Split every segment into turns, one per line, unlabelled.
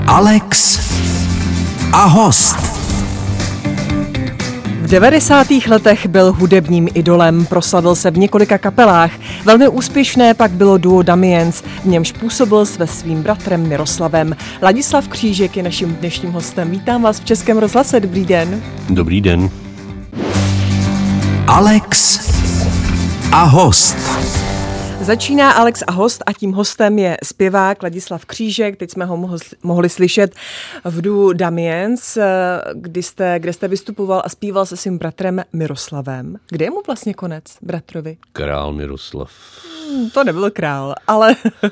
Alex a host.
V 90. letech byl hudebním idolem, proslavil se v několika kapelách. Velmi úspěšné pak bylo duo Damiens, v němž působil se svým bratrem Miroslavem. Ladislav Křížek je naším dnešním hostem. Vítám vás v Českém rozhlase, dobrý den.
Dobrý den.
Alex a host.
Začíná Alex a host a tím hostem je zpěvák Ladislav Křížek. Teď jsme ho mohli slyšet v duo Damiens, kde jste vystupoval a zpíval se svým bratrem Miroslavem. Kde je mu vlastně konec, bratrovi?
Král Miroslav.
To nebyl král, ale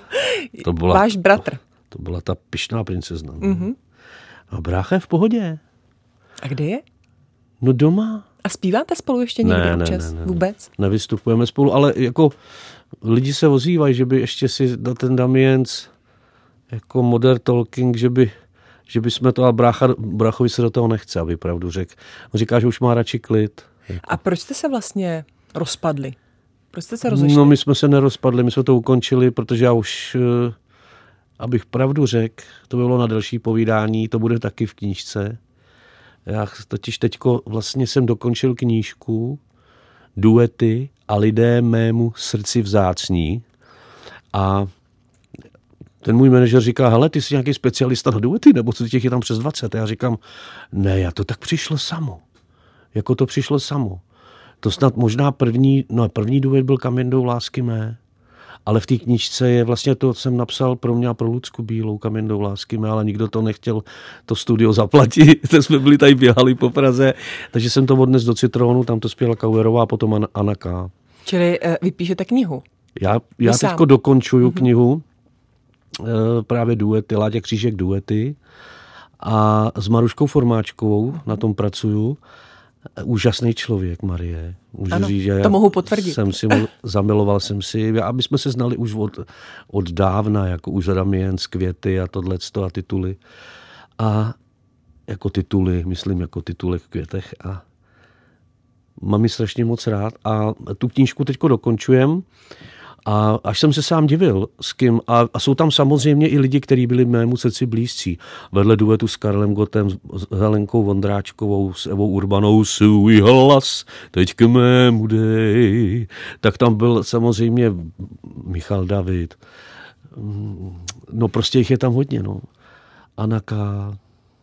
váš bratr.
To byla ta pyšná princezna. Mm-hmm. A brácha je v pohodě.
A kde je?
No doma.
A zpíváte spolu ještě někdy občas?
Ne.
Vůbec?
Nevystupujeme spolu, ale jako lidi se ozývají, že by ještě si na ten Damiens jako modern talking, že by jsme to, a bráchovi se do toho nechce, aby pravdu řekl. On říká, že už má radši klid. Jako.
A proč jste se vlastně rozpadli? Proč jste se rozešli?
No my jsme se nerozpadli, my jsme to ukončili, protože já už, abych pravdu řekl, to bylo na delší povídání, to bude taky v knížce. Já totiž teďko vlastně jsem dokončil knížku Duety a lidé mému srdci vzácní. A ten můj manažer říká, hele, ty jsi nějaký specialista na duety, nebo co těch je tam přes 20? A já říkám, ne, to tak přišlo samo. Jako to přišlo samo. To snad možná první duet byl Kam jen jdou lásky mé. Ale v té knížce je vlastně to, jsem napsal pro mě a pro Lucku Bílou, Kam jen jdou lásky mé, ale nikdo to nechtěl to studio zaplatit. Tak jsme byli tady běhali po Praze, takže jsem to odnes do Citronu, tam to zpěla Kauerová a potom Anna K.
Čili vy píšete knihu?
Já teďko dokončuju knihu, právě duety, Láďa Křížek duety a s Maruškou Formáčkovou na tom pracuju. Úžasný člověk, Marie. Můžu
ano,
říct, že
to mohu potvrdit.
Zamiloval jsem si, aby jsme se znali už od dávna, jako už Damiens, Květy a tohleto a tituly. A jako tituly, myslím jako tituly v Květech. A mám ji strašně moc rád. A tu knížku teďko dokončujem. A až jsem se sám divil, s kým. A jsou tam samozřejmě i lidi, kteří byli mému srdci blízcí. Vedle duetu s Karlem Gottem, s Helenkou Vondráčkovou, s Evou Urbanou, svůj hlas, teď k mému dej. Tak tam byl samozřejmě Michal David. No prostě jich je tam hodně, no. Anaka,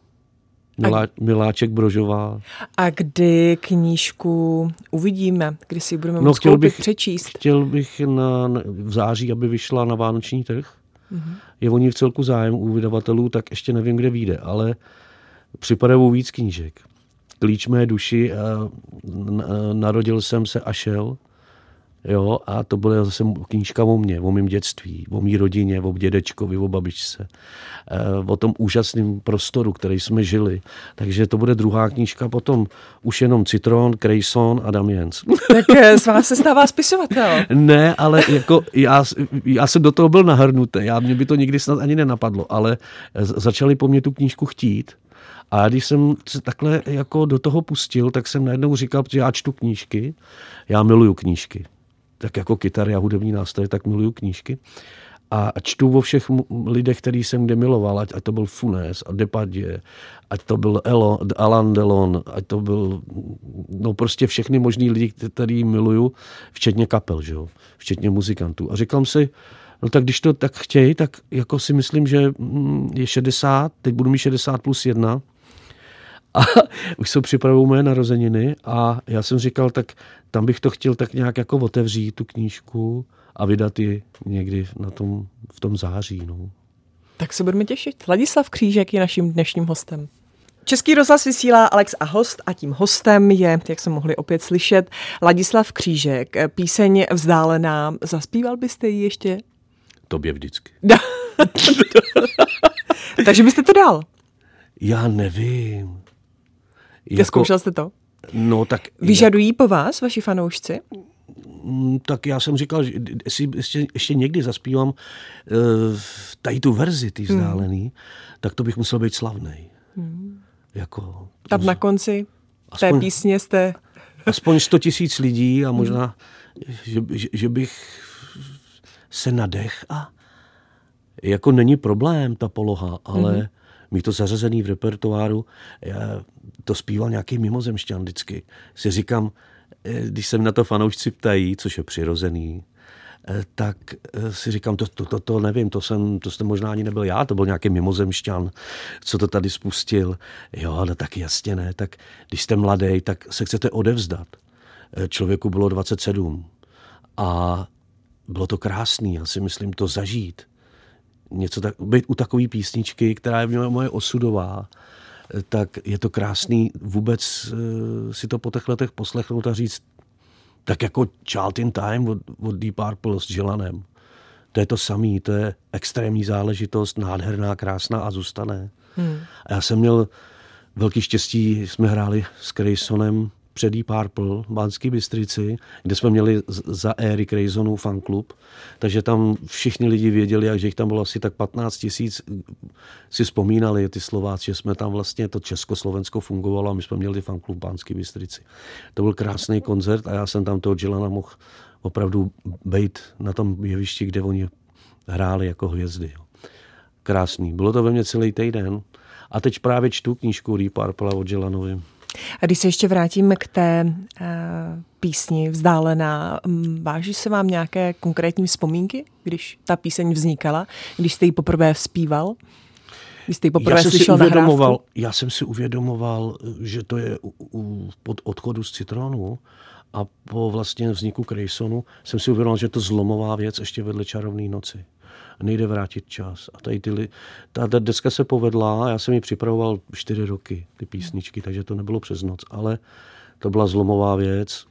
Miláček Brožová.
A kdy knížku uvidíme? Kdy si ji budeme moct přečíst?
Chtěl bych v září, aby vyšla na vánoční trh. Mm-hmm. Je o ní v celku zájem u vydavatelů, tak ještě nevím, kde vyjde, ale připadá víc knížek. Klíč mé duši, narodil jsem se a šel. Jo, a to bude zase knížka o mně, o mém dětství, o mý rodině, o dědečkovi, o babičce, o tom úžasném prostoru, který jsme žili. Takže to bude druhá knížka, potom už jenom Citron, Krejson a Damiens.
Tak z vás se stává spisovatel.
Ne, ale jako já jsem do toho byl nahrnutý, mě by to nikdy snad ani nenapadlo, ale začali po mně tu knížku chtít. A když jsem se takhle jako do toho pustil, tak jsem najednou říkal, že já čtu knížky, já miluju knížky. Tak jako kytary a hudební nástroje, tak miluju knížky. A čtu o všech lidech, který jsem kde miloval, ať to byl Funes a Depardieu, ať to byl Alain Delon, ať to byl, no prostě všechny možný lidi, který miluju, včetně kapel, že jo? Včetně muzikantů. A říkám si, no tak když to tak chtějí, tak jako si myslím, že je 60, teď budu mít 60 plus 1, a už se připravují moje narozeniny a já jsem říkal, tak tam bych to chtěl tak nějak jako otevřít tu knížku a vydat ji někdy v tom září. No.
Tak se budeme těšit. Ladislav Křížek je naším dnešním hostem. Český rozhlas vysílá Alex a host a tím hostem je, jak jsme mohli opět slyšet, Ladislav Křížek. Píseň Vzdálená. Zaspíval byste ji ještě?
Tobě vždycky.
Takže byste to dal?
Já nevím.
Zkoušel jste to?
No, tak...
Vyžadují po vás vaši fanoušci?
Tak já jsem říkal, že ještě někdy zaspívám tady tu verzi, ty vzdálený, tak to bych musel být slavnej. Jako,
tam na konci té písně jste...
Aspoň 100 000 lidí a možná, že bych se nadech a jako není problém ta poloha, ale mít to zařazený v repertoáru. Já to zpíval nějaký mimozemšťan vždycky. Si říkám, když se mi na to fanoušci ptají, což je přirozený, tak si říkám, to nevím, to jsem možná ani nebyl já, to byl nějaký mimozemšťan, co to tady spustil. Jo, ale tak jasně ne, tak když jste mladý, tak se chcete odevzdat. Člověku bylo 27 a bylo to krásný, já si myslím, to zažít. Něco tak, být u takové písničky, která je moje osudová, tak je to krásný vůbec si to po těch letech poslechnout a říct, tak jako Child in Time od Deep Purple s Dylanem. To je to samý, to je extrémní záležitost, nádherná, krásná a zůstane. A já jsem měl velký štěstí, jsme hráli s Graysonem před Deep Purple v Banské Bystrici, kde jsme měli za éry Graysonů fanklub, takže tam všichni lidi věděli, že jich tam bylo asi tak 15 000, si vzpomínali ty Slováci, že jsme tam vlastně, to Československo fungovalo a my jsme měli fanklub v Banské Bystrici. To byl krásný koncert a já jsem tam toho Dylana mohl opravdu být na tom jevišti, kde oni hráli jako hvězdy. Krásný. Bylo to ve mně celý týden. A teď právě čtu knížku Deep Purple od Dylanovi.
A když se ještě vrátíme k té písni Vzdálená, váží se vám nějaké konkrétní vzpomínky, když ta píseň vznikala, když jste ji poprvé vzpíval? Když jste ji poprvé slyšel nahrávku?
Já jsem si uvědomoval, že to je pod odchodu z Citronu a po vlastně vzniku Graysonu jsem si uvědomil, že je to zlomová věc ještě vedle Čarovné noci. Nejde vrátit čas. A ta deska se povedla, já jsem ji připravoval 4 roky, ty písničky, takže to nebylo přes noc, ale to byla zlomová věc.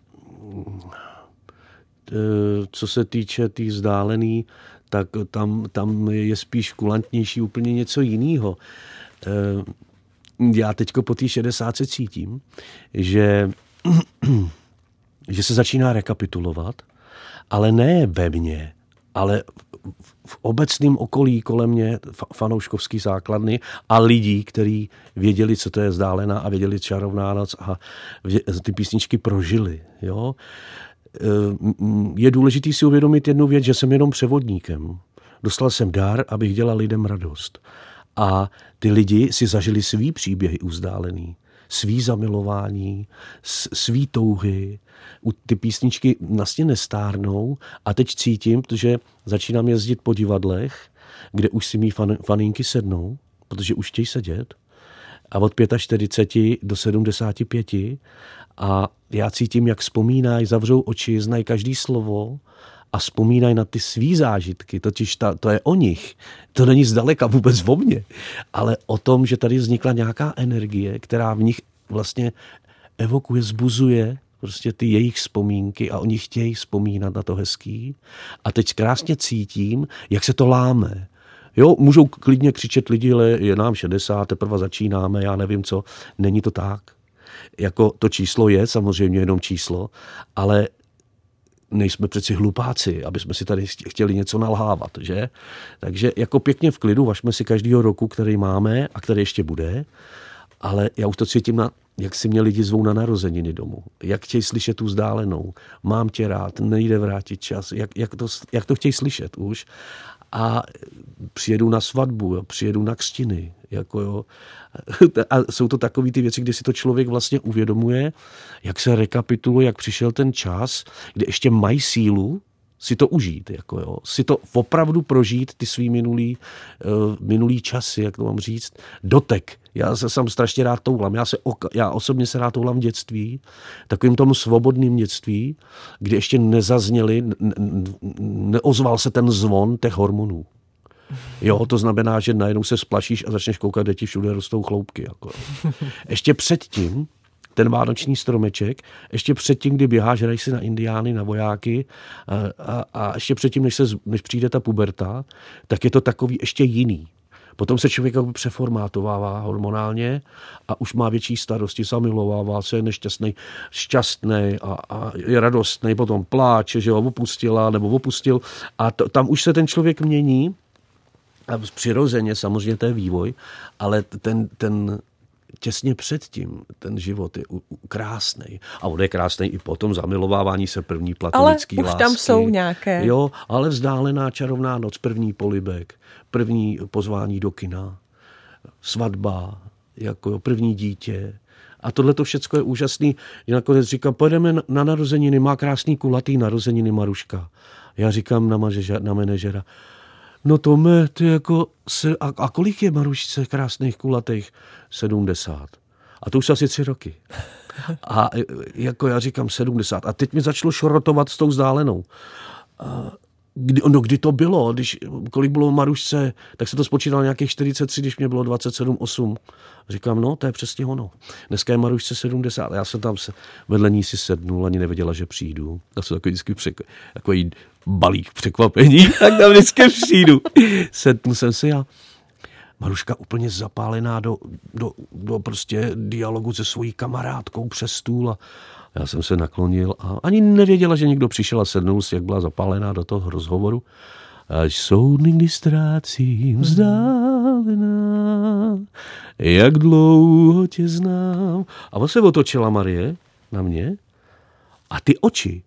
Co se týče té vzdálený, tak tam je spíš kulantnější úplně něco jiného. Já teďko po té 60 cítím, že se začíná rekapitulovat, ale ne ve mně, ale v obecném okolí kolem mě fanouškovský základny a lidí, kteří věděli, co to je Vzdálená a věděli Čarovná noc a ty písničky prožili. Jo? Je důležité si uvědomit jednu věc, že jsem jenom převodníkem. Dostal jsem dar, abych dělal lidem radost. A ty lidi si zažili svý příběhy Vzdálený, svý zamilování, svý touhy. Ty písničky vlastně nestárnou a teď cítím, protože začínám jezdit po divadlech, kde už si mý faninky sednou, protože už chtějí sedět a od 45 do 75 a já cítím, jak vzpomínají, zavřou oči, znají každý slovo a vzpomínají na ty svý zážitky, totiž to je o nich. To není zdaleka vůbec o mně, ale o tom, že tady vznikla nějaká energie, která v nich vlastně evokuje, zbuzuje prostě ty jejich vzpomínky a oni chtějí vzpomínat na to hezký. A teď krásně cítím, jak se to láme. Jo, můžou klidně křičet lidi, ale je nám 60, teprve začínáme, já nevím co. Není to tak. Jako to číslo je samozřejmě jenom číslo, ale nejsme přeci hlupáci, aby jsme si tady chtěli něco nalhávat, že? Takže jako pěkně v klidu, važme si každýho roku, který máme a který ještě bude, ale já už to cítím, jak si mě lidi zvou na narozeniny domů, jak chtějí slyšet tu Vzdálenou, mám tě rád, nejde vrátit čas, jak to chtějí slyšet už. A přijedu na svatbu, přijedu na křtiny. Jako jo. A jsou to takové ty věci, kdy si to člověk vlastně uvědomuje, jak se rekapituluje, jak přišel ten čas, kdy ještě mají sílu si to užít. Jako jo. Si to opravdu prožít, ty svý minulý časy, jak to mám říct, dotek. Já se sám strašně rád toulám. Já osobně se rád toulám v dětství, takovým tomu svobodným dětství, kdy ještě neozval se ten zvon těch hormonů. Jo, to znamená, že najednou se splašíš a začneš koukat, kde ti všude rostou chloupky. Jako. Ještě předtím, ten vánoční stromeček, ještě předtím, kdy běháš, hraješ si na indiány, na vojáky a ještě předtím, než přijde ta puberta, tak je to takový ještě jiný. Potom se člověk přeformátovává hormonálně a už má větší starosti, zamilovává se, je nešťastný, šťastný a je radostný, potom pláče, že ho opustila nebo opustil a tam už se ten člověk mění a přirozeně samozřejmě to je vývoj, ale ten těsně předtím ten život je krásný. A on je krásný i po tom zamilovávání se, první platonický lásky.
Ale už tam jsou nějaké.
Jo, ale Vzdálená, Čarovná noc, první polibek, první pozvání do kina. svatba, jako první dítě. A tohle to všecko je úžasný. Já nakonec říkám, pojedeme na narozeniny, má krásný kulatý narozeniny Maruška. Já říkám na manažera, no Tome, ty jako a kolik je Marušce krásných kulatých? 70. A to už asi 3 roky. A jako já říkám 70. A teď mi začalo šrotovat s tou vzdálenou. Kdy to bylo, kolik bylo Marušce, tak se to spočítalo nějakých 43, když mě bylo 27-8. Říkám, no, to je přesně ono. Dneska je Marušce 70. A já jsem tam vedle ní si sednul, ani nevěděla, že přijdu. Já jsem takový vždycky takový balík překvapení, tak tam vždycky přijdu. Sednul jsem si a Maruška úplně zapálená do prostě dialogu se svojí kamarádkou přes stůl a já jsem se naklonil a ani nevěděla, že někdo přišel a sednul si, jak byla zapálená do toho rozhovoru. Až soudny, kdy ztrácím vzdálená, jak dlouho tě znám. A on se otočila Marie na mě a ty oči,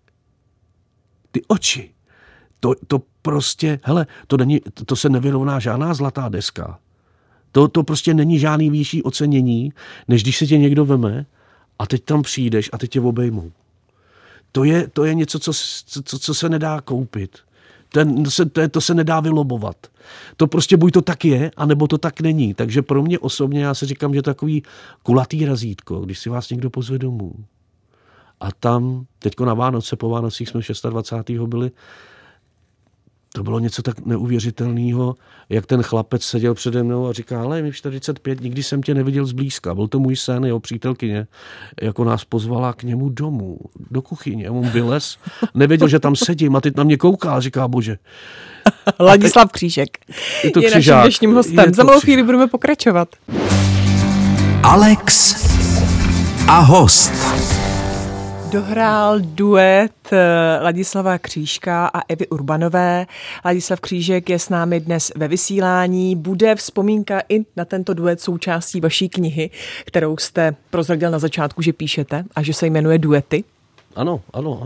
to prostě, hele, to se nevyrovná žádná zlatá deska. To prostě není žádný vyšší ocenění, než když se tě někdo veme a teď tam přijdeš a teď tě obejmou. To je něco, co se nedá koupit. To se nedá vylobovat. To prostě buď to tak je, anebo to tak není. Takže pro mě osobně, já si říkám, že takový kulatý razítko, když si vás někdo pozve domů. A tam, teďko na Vánoce, po Vánocích jsme 26. byli, to bylo něco tak neuvěřitelného, jak ten chlapec seděl přede mnou a říká, ale mi 45, nikdy jsem tě neviděl zblízka. Byl to můj sen, jeho přítelkyně, jako nás pozvala k němu domů, do kuchyně. On vylez, nevěděl, že tam sedím a teď na mě kouká a říká, bože.
Ladislav Křížek je naším dnešním hostem. Za malou chvíli budeme pokračovat.
Alex a host.
Dohrál duet Ladislava Křížka a Evy Urbanové. Ladislav Křížek je s námi dnes ve vysílání. Bude vzpomínka i na tento duet součástí vaší knihy, kterou jste prozradil na začátku, že píšete a že se jmenuje Duety.
Ano.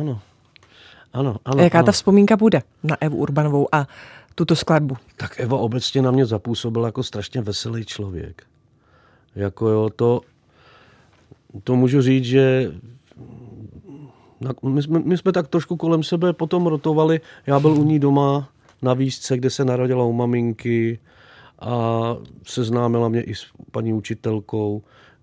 Jaká ta vzpomínka bude na Evu Urbanovou a tuto skladbu?
Tak Eva obecně na mě zapůsobila jako strašně veselý člověk. Jako jo, to můžu říct, že my jsme tak trošku kolem sebe potom rotovali. Já byl u ní doma na výšce, kde se narodila u maminky a seznámila mě i s paní učitelkou,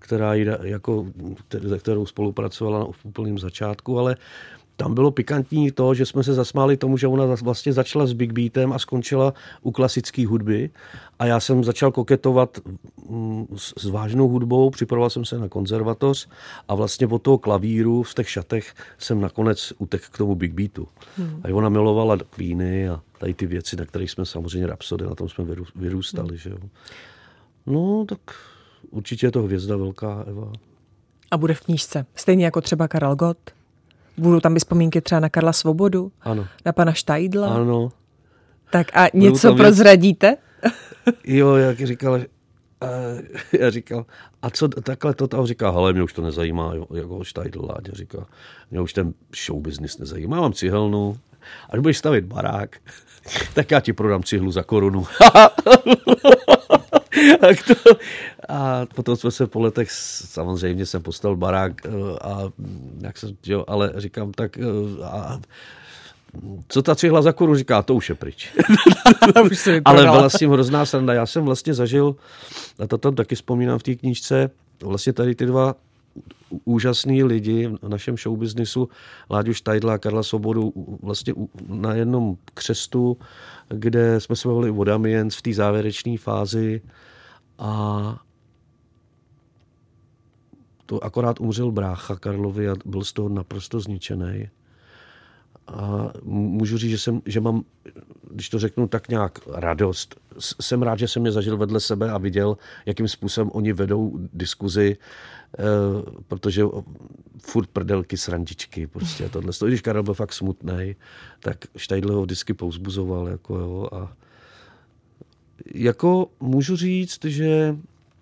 kterou spolupracovala v úplném začátku, ale tam bylo pikantní to, že jsme se zasmáli tomu, že ona vlastně začala s big beatem a skončila u klasické hudby a já jsem začal koketovat s vážnou hudbou, připravoval jsem se na konzervatoř a vlastně od toho klavíru v těch šatech jsem nakonec utekl k tomu big beatu. A ona milovala Queeny a tady ty věci, na kterých jsme samozřejmě Rhapsody, na tom jsme vyrůstali. Že jo. No, tak určitě je to hvězda velká, Eva.
A bude v knížce, stejně jako třeba Karel Gott? Budou tam i vzpomínky třeba na Karla Svobodu?
Ano.
Na pana Štajdla?
Ano.
Tak a něco prozradíte?
Jo, jak říkal, já říkal, a co takhle to tam říká, hele, mě už to nezajímá, jako Štajdl, Láďa říká, mě už ten show business nezajímá, mám cihelnu, až budeš stavit barák, tak já ti prodám cihlu za korunu. A potom jsme se po letech, samozřejmě jsem postavil barák, ale říkám tak, co ta cihla za korunu, říká, to už je pryč. Ale byla s tím hrozná sranda. Já jsem vlastně zažil, a to tam taky vzpomínám v té knížce, vlastně tady ty dva úžasný lidi v našem showbiznisu, Láďu Štajdla a Karla Svobodu, vlastně na jednom křestu, kde jsme se bavili o Damiens v té závěrečné fázi a to akorát umřel brácha Karlovi a byl z toho naprosto zničený. A můžu říct, že mám, když to řeknu tak nějak, radost. Jsem rád, že jsem je zažil vedle sebe a viděl, jakým způsobem oni vedou diskuzi, protože furt prdelky, srandičky, prostě tohle. Když Karel byl fakt smutnej, tak Štajdl ho vždycky povzbuzoval. A můžu říct, že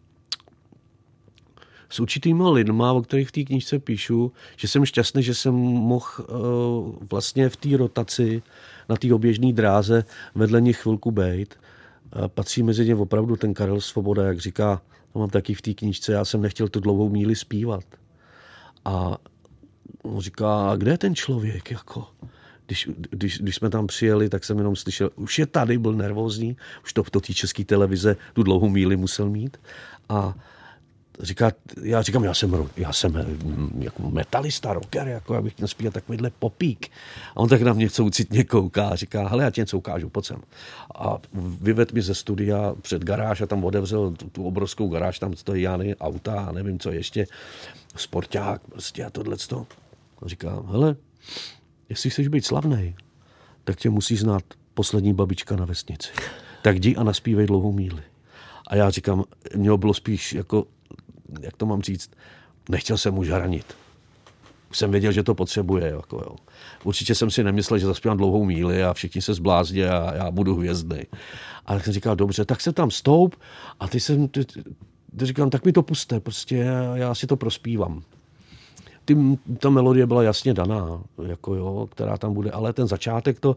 s určitýma lidma, o kterých v té knížce píšu, že jsem šťastný, že jsem mohl vlastně v té rotaci na té oběžné dráze vedle nich chvilku bejt. patří mezi ně opravdu ten Karel Svoboda, jak říká, to mám taky v té knížce, já jsem nechtěl tu dlouhou míli zpívat. A on říká, kde je ten člověk, jako? Když jsme tam přijeli, tak jsem jenom slyšel, už je tady, byl nervózní, už to té české televize tu dlouhou míli musel mít. A já říkám, já jsem jako metalista, rocker, jako já bych měl zpívat takovýhle popík. A on tak na mě soucitně kouká a říká, hele, já ti něco ukážu, pojď sem. A vyvedl mi ze studia před garáž a tam otevřel tu obrovskou garáž, tam stojí Jany, auta a nevím co ještě, sporták prostě a tohleto. A říká, hele, jestli chceš být slavnej, tak tě musí znát poslední babička na vesnici. Tak jdi a naspívej dlouhou míli. A já říkám, mě bylo spíš jako, jak to mám říct, nechtěl jsem mu žranit. Už jsem věděl, že to potřebuje. Jako, jo. Určitě jsem si nemyslel, že zaspívám dlouhou míli a všichni se zblázní a já budu hvězdný. A tak jsem říkal, dobře, tak se tam stoup a ty říkám, tak mi to puste, prostě já si to prospívám. Ta melodie byla jasně daná, jako jo, která tam bude, ale ten začátek to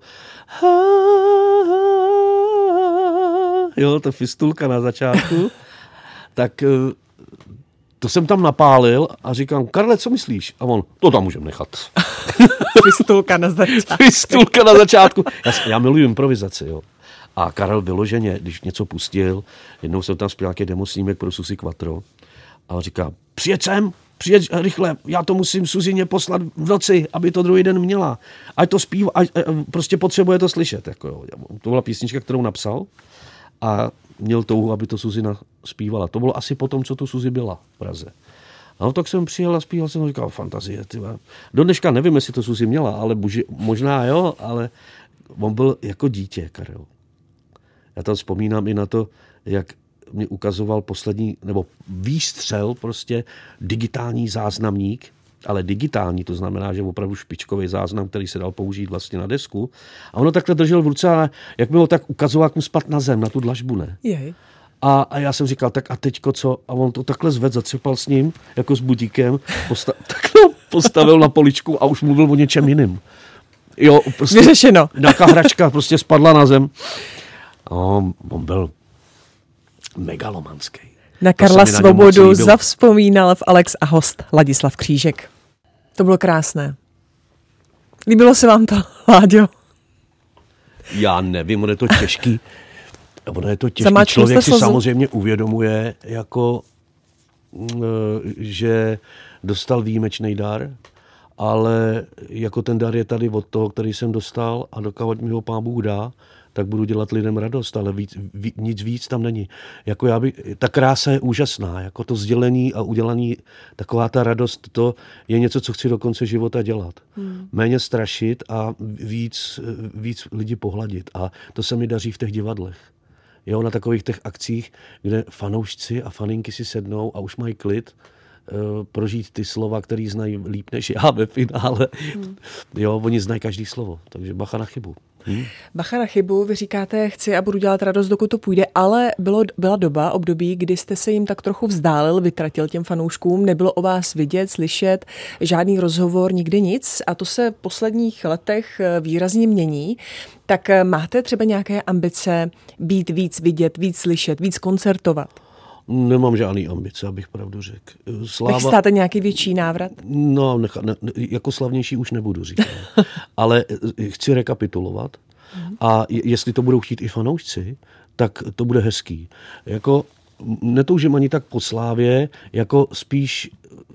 jo, ta fistulka na začátku, tak to jsem tam napálil a říkám, Karle, co myslíš? A on, to tam můžeme nechat.
Fistulka na začátku.
Fistulka na začátku. Já miluji improvizaci, jo. A Karel vyloženě, když něco pustil, jednou jsem tam zpěl nějaký demosnímek pro Suzi Quattro a říká, přijeď rychle, já to musím Suzině poslat v noci, aby to druhý den měla. Ať to zpívá, prostě potřebuje to slyšet. Jako jo. To byla písnička, kterou napsal a měl touhu, aby to Suzina zpívala. To bylo asi potom, co tu Suzi byla v Praze. No tak jsem přijel a zpíval jsem a říkal, fantazie. Tyva. Do dneška nevím, jestli to Suzi měla, ale možná jo, ale on byl jako dítě, Karel. Já tam vzpomínám i na to, jak mě ukazoval poslední, nebo výstřel prostě digitální záznamník, ale digitální, to znamená, že opravdu špičkový záznam, který se dal použít vlastně na desku. A ono takhle držel v ruce a jak bylo tak ukazoval, jak mu spadl na zem, na tu dlažbu, ne?
Jej.
A já jsem říkal, tak a teďko co? A on to takhle zvedl, zatřepal s ním, jako s budíkem, takhle postavil na poličku a už mluvil o něčem jiným. Jo, prostě
vyřešeno.
Nějaká hračka prostě spadla na zem. On byl megalomanský.
Na Karla Svobodu zavzpomínal v Alex a host Ladislav Křížek. To bylo krásné. Líbilo se vám to, Láďo?
Já nevím, ono je to těžký. Člověk si samozřejmě uvědomuje, jako, že dostal výjimečný dar, ale jako ten dar je tady od toho, který jsem dostal a dokud mi ho Pán Bůh dá, tak budu dělat lidem radost, ale nic víc tam není. Jako ta krása je úžasná, jako to sdělení a udělání, taková ta radost, to je něco, co chci do konce života dělat. Méně strašit a víc lidi pohladit. A to se mi daří v těch divadlech. Jo, na takových těch akcích, kde fanoušci a faninky si sednou a už mají klid, prožít ty slova, který znají líp než já ve finále. Jo, oni znají každý slovo, takže bacha na chybu.
Bacha na chybu, vy říkáte, chci a budu dělat radost, dokud to půjde, ale byla období, kdy jste se jim tak trochu vzdálil, vytratil těm fanouškům, nebylo o vás vidět, slyšet, žádný rozhovor, nikdy nic a to se v posledních letech výrazně mění. Tak máte třeba nějaké ambice být víc vidět, víc slyšet, víc koncertovat?
Nemám žádný ambice, abych pravdu řekl.
Chystáte nějaký větší návrat?
No, jako slavnější už nebudu říkat. Ale chci rekapitulovat a jestli to budou chtít i fanoušci, tak to bude hezký. Jako netoužím ani tak po slávě, jako spíš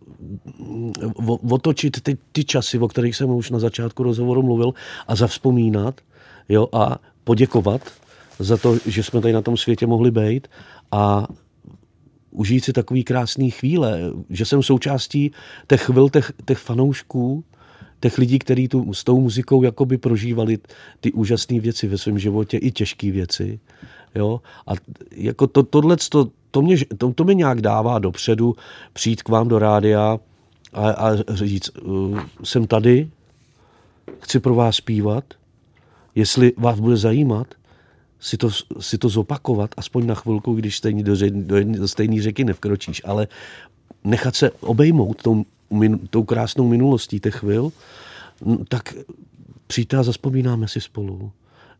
otočit ty časy, o kterých jsem už na začátku rozhovoru mluvil a zavzpomínat, jo, a poděkovat za to, že jsme tady na tom světě mohli být a užít si takový krásný chvíle, že jsem součástí těch chvil, těch fanoušků, těch lidí, kteří s tou muzikou jakoby prožívali ty úžasné věci ve svém životě, i těžké věci. Jo? A jako to mě nějak dává dopředu přijít k vám do rádia a říct, jsem tady, chci pro vás zpívat, jestli vás bude zajímat, si to zopakovat, aspoň na chvilku, když do stejné řeky nevkročíš, ale nechat se obejmout tou krásnou minulostí těch chvil, tak přijďte a zazpomínáme si spolu.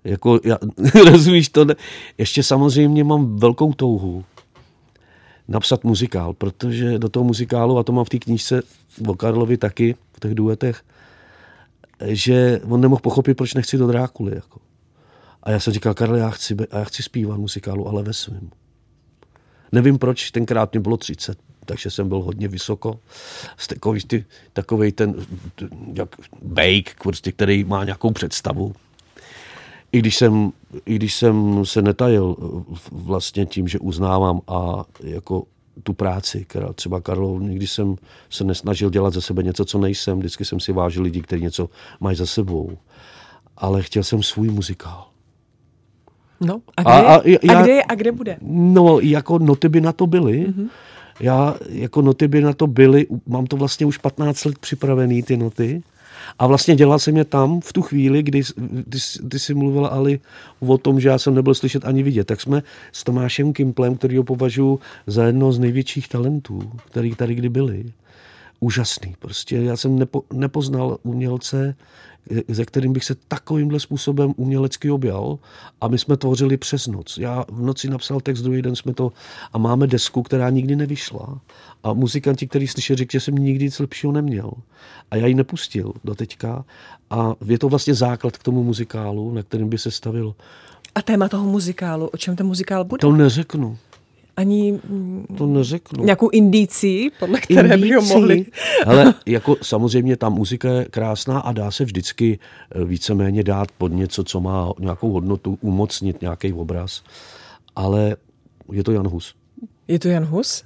Jako, rozumíš to? Ještě samozřejmě mám velkou touhu napsat muzikál, protože do toho muzikálu, a to mám v té knížce o Karlovi taky, v těch duetech, že on nemohl pochopit, proč nechci do Drákuly. Jako. A já jsem říkal, Karle, já chci zpívat muzikálu, ale ve svým. Nevím proč, tenkrát mě bylo 30, takže jsem byl hodně vysoko. Takovej ten jak bejk, prostě, který má nějakou představu. I když jsem se netajil vlastně tím, že uznávám a jako tu práci, která třeba Karlo, nikdy jsem se nesnažil dělat ze sebe něco, co nejsem, vždycky jsem si vážil lidi, kteří něco mají za sebou. Ale chtěl jsem svůj muzikál.
No, a kde bude?
No, jako noty by na to byly. Mm-hmm. Já, jako noty by na to byly, mám to vlastně už 15 let připravený, ty noty. A vlastně dělal jsem je tam v tu chvíli, kdy jsi mluvila, Ali, o tom, že já jsem nebyl slyšet ani vidět. Tak jsme s Tomášem Kimplem, který ho považuji za jedno z největších talentů, který tady kdy byli. Úžasný. Prostě já jsem nepoznal umělce, se kterým bych se takovýmhle způsobem umělecky objal, a my jsme tvořili přes noc. Já v noci napsal text, druhý den jsme to, a máme desku, která nikdy nevyšla. A muzikanti, kteří slyšeli, řekli, že jsem nikdy nic lepšího neměl. A já ji nepustil do teďka. A je to vlastně základ k tomu muzikálu, na kterým by se stavilo.
A téma toho muzikálu, o čem ten muzikál bude?
To neřeknu.
Ani
to neřeknu.
Nějakou indicí, podle které by ho mohli.
Ale jako samozřejmě ta muzika je krásná a dá se vždycky víceméně dát pod něco, co má nějakou hodnotu, umocnit nějaký obraz. Ale je to Jan Hus.
Je to Jan Hus?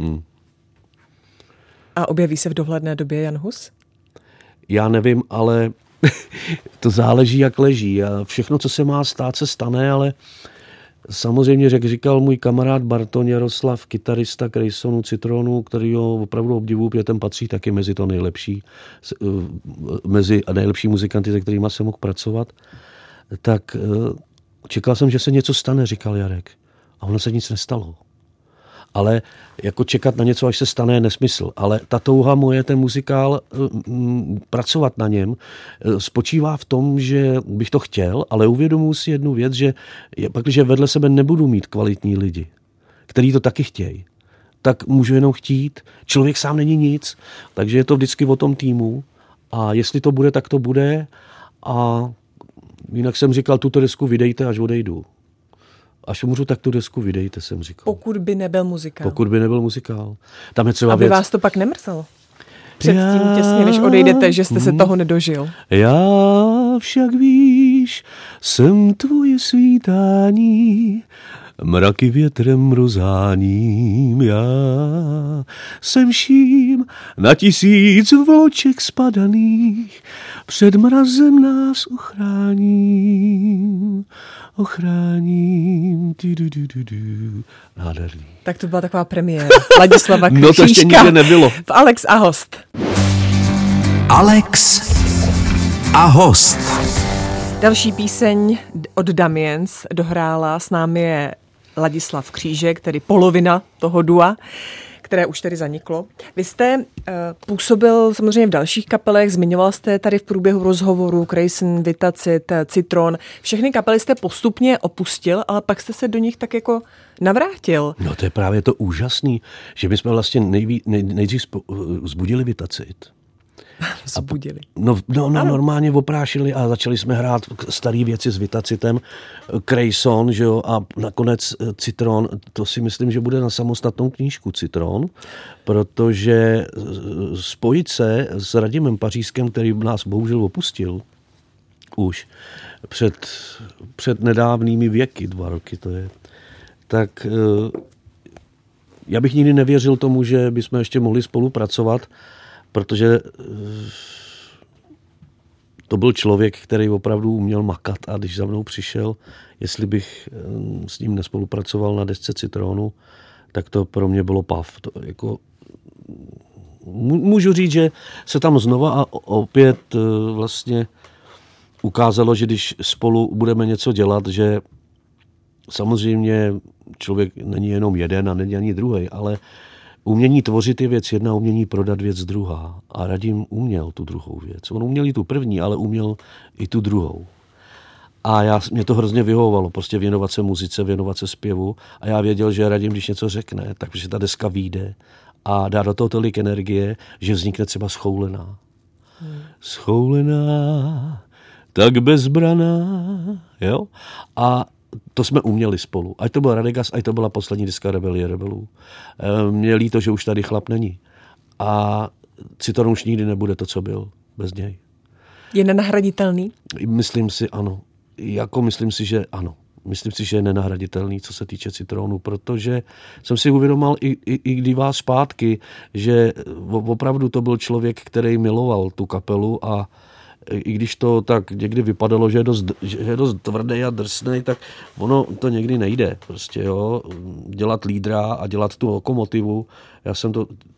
A objeví se v dohledné době Jan Hus?
Já nevím, ale to záleží, jak leží. A všechno, co se má stát, se stane, ale samozřejmě, jak říkal můj kamarád Bartoň Jaroslav, kytarista Graysonu Citronu, který ho opravdu obdivuju, protože ten patří taky mezi to nejlepší, mezi nejlepší muzikanty, se kterými jsem mohl pracovat, tak čekal jsem, že se něco stane, říkal Jarek. A ono se nic nestalo. Ale jako čekat na něco, až se stane, je nesmysl. Ale ta touha moje, ten muzikál, pracovat na něm, spočívá v tom, že bych to chtěl, ale uvědomuji si jednu věc, že pakliže vedle sebe nebudu mít kvalitní lidi, kteří to taky chtějí, tak můžu jenom chtít. Člověk sám není nic, takže je to vždycky o tom týmu. A jestli to bude, tak to bude. A jinak jsem říkal, tuto desku vydejte, až odejdu. Až umřu, tak tu desku vydejte, jsem říkal.
Pokud by nebyl muzikál.
Pokud by nebyl muzikál. Tam je třeba
aby vás to pak nemrzelo. Předtím těsně, než odejdete, že jste se toho nedožil.
Já však víš, jsem tvoje svítání, mraky větrem rozháním. Já jsem vším na 1000 vloček spadaných, před mrazem nás ochráním. Nádherný.
Tak to byla taková premiéra Ladislava Křížka.
No to ještě nikdy nebylo.
V Alex a host.
Alex a host.
Další píseň od Damiens dohrála s námi je Ladislav Křížek, tedy polovina toho dua, které už tedy zaniklo. Vy jste působil samozřejmě v dalších kapelech, zmiňoval jste tady v průběhu rozhovoru Grayson, Vitacit, Citron. Všechny kapely jste postupně opustil, ale pak jste se do nich tak jako navrátil.
No to je právě to úžasný, že my jsme vlastně nejdřív zbudili Vitacit.
Zbudili.
No, normálně oprášili a začali jsme hrát staré věci s Vitacitem, Grayson, že jo, a nakonec Citron, to si myslím, že bude na samostatnou knížku Citron, protože spojit se s Radimem Pařískem, který nás bohužel opustil už před nedávnými věky, 2 roky to je, tak já bych nikdy nevěřil tomu, že bychom ještě mohli spolupracovat, protože to byl člověk, který opravdu uměl makat, a když za mnou přišel, jestli bych s ním nespolupracoval na desce Citronu, tak to pro mě bylo pav. To jako, můžu říct, že se tam znova a opět vlastně ukázalo, že když spolu budeme něco dělat, že samozřejmě člověk není jenom jeden a není ani druhý, ale umění tvořit je věc jedna, umění prodat věc druhá. A Radim uměl tu druhou věc. On uměl i tu první, ale uměl i tu druhou. A mě to hrozně vyhovovalo, prostě věnovat se muzice, věnovat se zpěvu. A já věděl, že Radim, když něco řekne, takže ta deska vyjde a dá do toho tolik energie, že vznikne třeba Schoulená. Schoulená, tak bezbraná, jo? A to jsme uměli spolu. Ať to byl Radegas, ať to byla poslední deska Rebelie rebelů. Mě líto, že už tady chlap není. A Citron už nikdy nebude to, co byl bez něj.
Je nenahraditelný?
Myslím si ano. Myslím si, že ano. Myslím si, že je nenahraditelný, co se týče Citronu, protože jsem si uvědomil i kdy vás zpátky, že opravdu to byl člověk, který miloval tu kapelu a i když to tak někdy vypadalo, že je dost tvrdý a drsnej, tak ono to někdy nejde. Prostě, jo, dělat lídra a dělat tu lokomotivu. Já jsem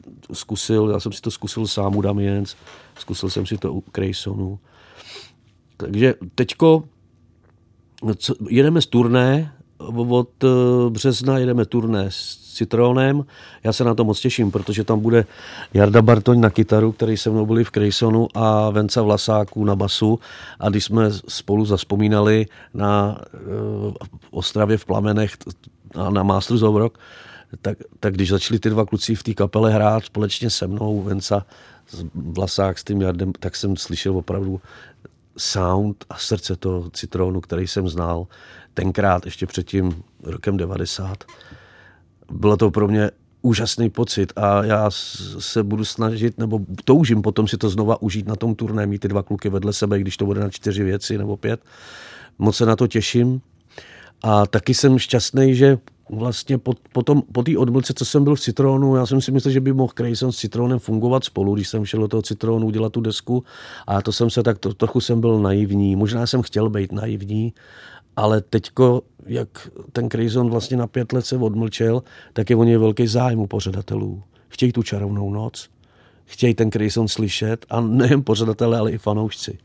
si to zkusil sám u Damiens, zkusil jsem si to u Creysonu. Takže teďko jedeme z turné, od března jedeme turné s Citronem. Já se na to moc těším, protože tam bude Jarda Bartoň na kytaru, který se mnou byli v Creysonu, a Venca Vlasáků na basu. A když jsme spolu zazpomínali na Ostravě v Plamenech a na Masters of Rock, tak když začali ty dva kluci v té kapele hrát společně se mnou, Venca Vlasák s tím Jardem, tak jsem slyšel opravdu sound a srdce toho Citronu, který jsem znal tenkrát ještě před tím rokem 90. Bylo to pro mě úžasný pocit a já se budu snažit, nebo toužím potom si to znova užít na tom turné, mít ty dva kluky vedle sebe, když to bude na 4 věci nebo 5. Moc se na to těším a taky jsem šťastný, že vlastně po té odmlce, co jsem byl v Citronu, já jsem si myslel, že by mohl Creyson s Citronem fungovat spolu, když jsem šel do toho Citronu udělat tu desku, a to jsem se tak trochu jsem byl naivní. Možná jsem chtěl být naivní, ale teďko, jak ten Creyson vlastně na 5 let se odmlčel, tak je o něj velký zájem u pořadatelů. Chtějí tu čarovnou noc, chtějí ten Creyson slyšet, a nejen pořadatelé, ale i fanoušci.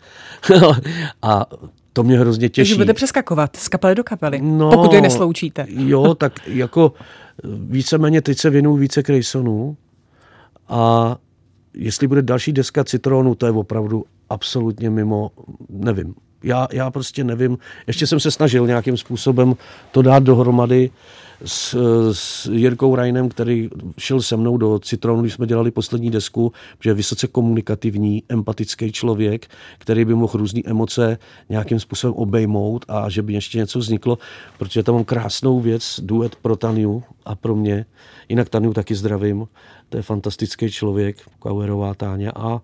A to mě hrozně těší.
Takže budete přeskakovat z kapely do kapely, pokud je nesloučíte.
Jo, tak jako víceméně teď se věnuju více Creysonu, a jestli bude další deska Citronu, to je opravdu absolutně mimo, nevím. Já prostě nevím. Ještě jsem se snažil nějakým způsobem to dát dohromady s Jirkou Rajnem, který šel se mnou do Citronu, když jsme dělali poslední desku, že je vysoce komunikativní, empatický člověk, který by mohl různý emoce nějakým způsobem obejmout a že by ještě něco vzniklo, protože tam mám krásnou věc, duet pro Taniu a pro mě. Jinak Taniu taky zdravím, to je fantastický člověk, Kauerová Táňa. A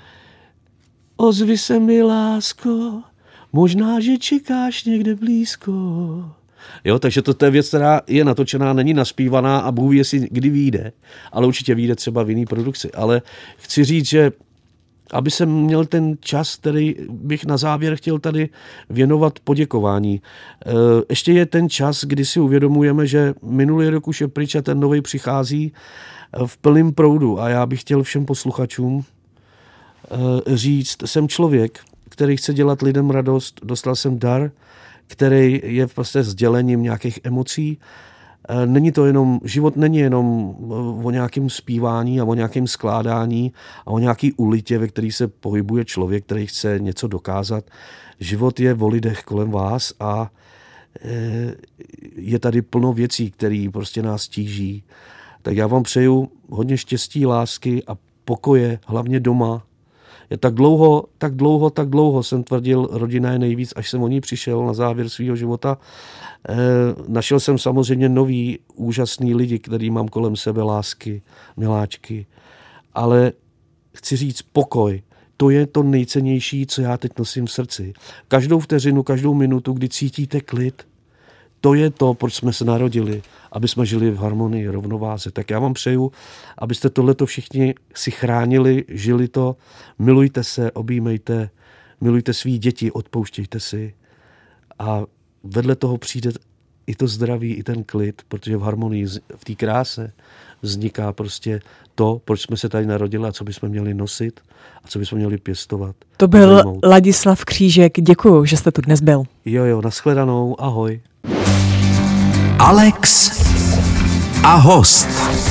ozvi se mi, lásko, možná, že čekáš někde blízko. Jo, takže to je věc, která je natočená, není naspívaná a Bůh ví, jestli kdy vyjde, ale určitě vyjde třeba v jiný produkci. Ale chci říct, že aby jsem měl ten čas, který bych na závěr chtěl tady věnovat poděkování. Ještě je ten čas, kdy si uvědomujeme, že minulý rok už je pryč a ten nový přichází v plném proudu. A já bych chtěl všem posluchačům říct, jsem člověk, který chce dělat lidem radost, dostal jsem dar, který je prostě sdělením nějakých emocí. Život není jenom o nějakém zpívání a o nějakém skládání a o nějaký ulitě, ve který se pohybuje člověk, který chce něco dokázat. Život je o lidech kolem vás a je tady plno věcí, které prostě nás tíží. Tak já vám přeju hodně štěstí, lásky a pokoje, hlavně doma. Tak dlouho jsem tvrdil, rodina je nejvíc, až jsem o ní přišel na závěr svého života. Našel jsem samozřejmě nový, úžasný lidi, který mám kolem sebe, lásky, miláčky. Ale chci říct pokoj. To je to nejcennější, co já teď nosím v srdci. Každou vteřinu, každou minutu, kdy cítíte klid, to je to, proč jsme se narodili, aby jsme žili v harmonii, rovnováze. Tak já vám přeju, abyste tohleto všichni si chránili, žili to, milujte se, objímejte, milujte svý děti, odpouštějte si a vedle toho přijde i to zdraví, i ten klid, protože v harmonii, v té kráse vzniká prostě to, proč jsme se tady narodili a co bychom měli nosit a co bychom měli pěstovat.
To byl Ladislav Křížek, děkuju, že jste tu dnes byl.
Jo, nashledanou, ahoj.
Alex a host.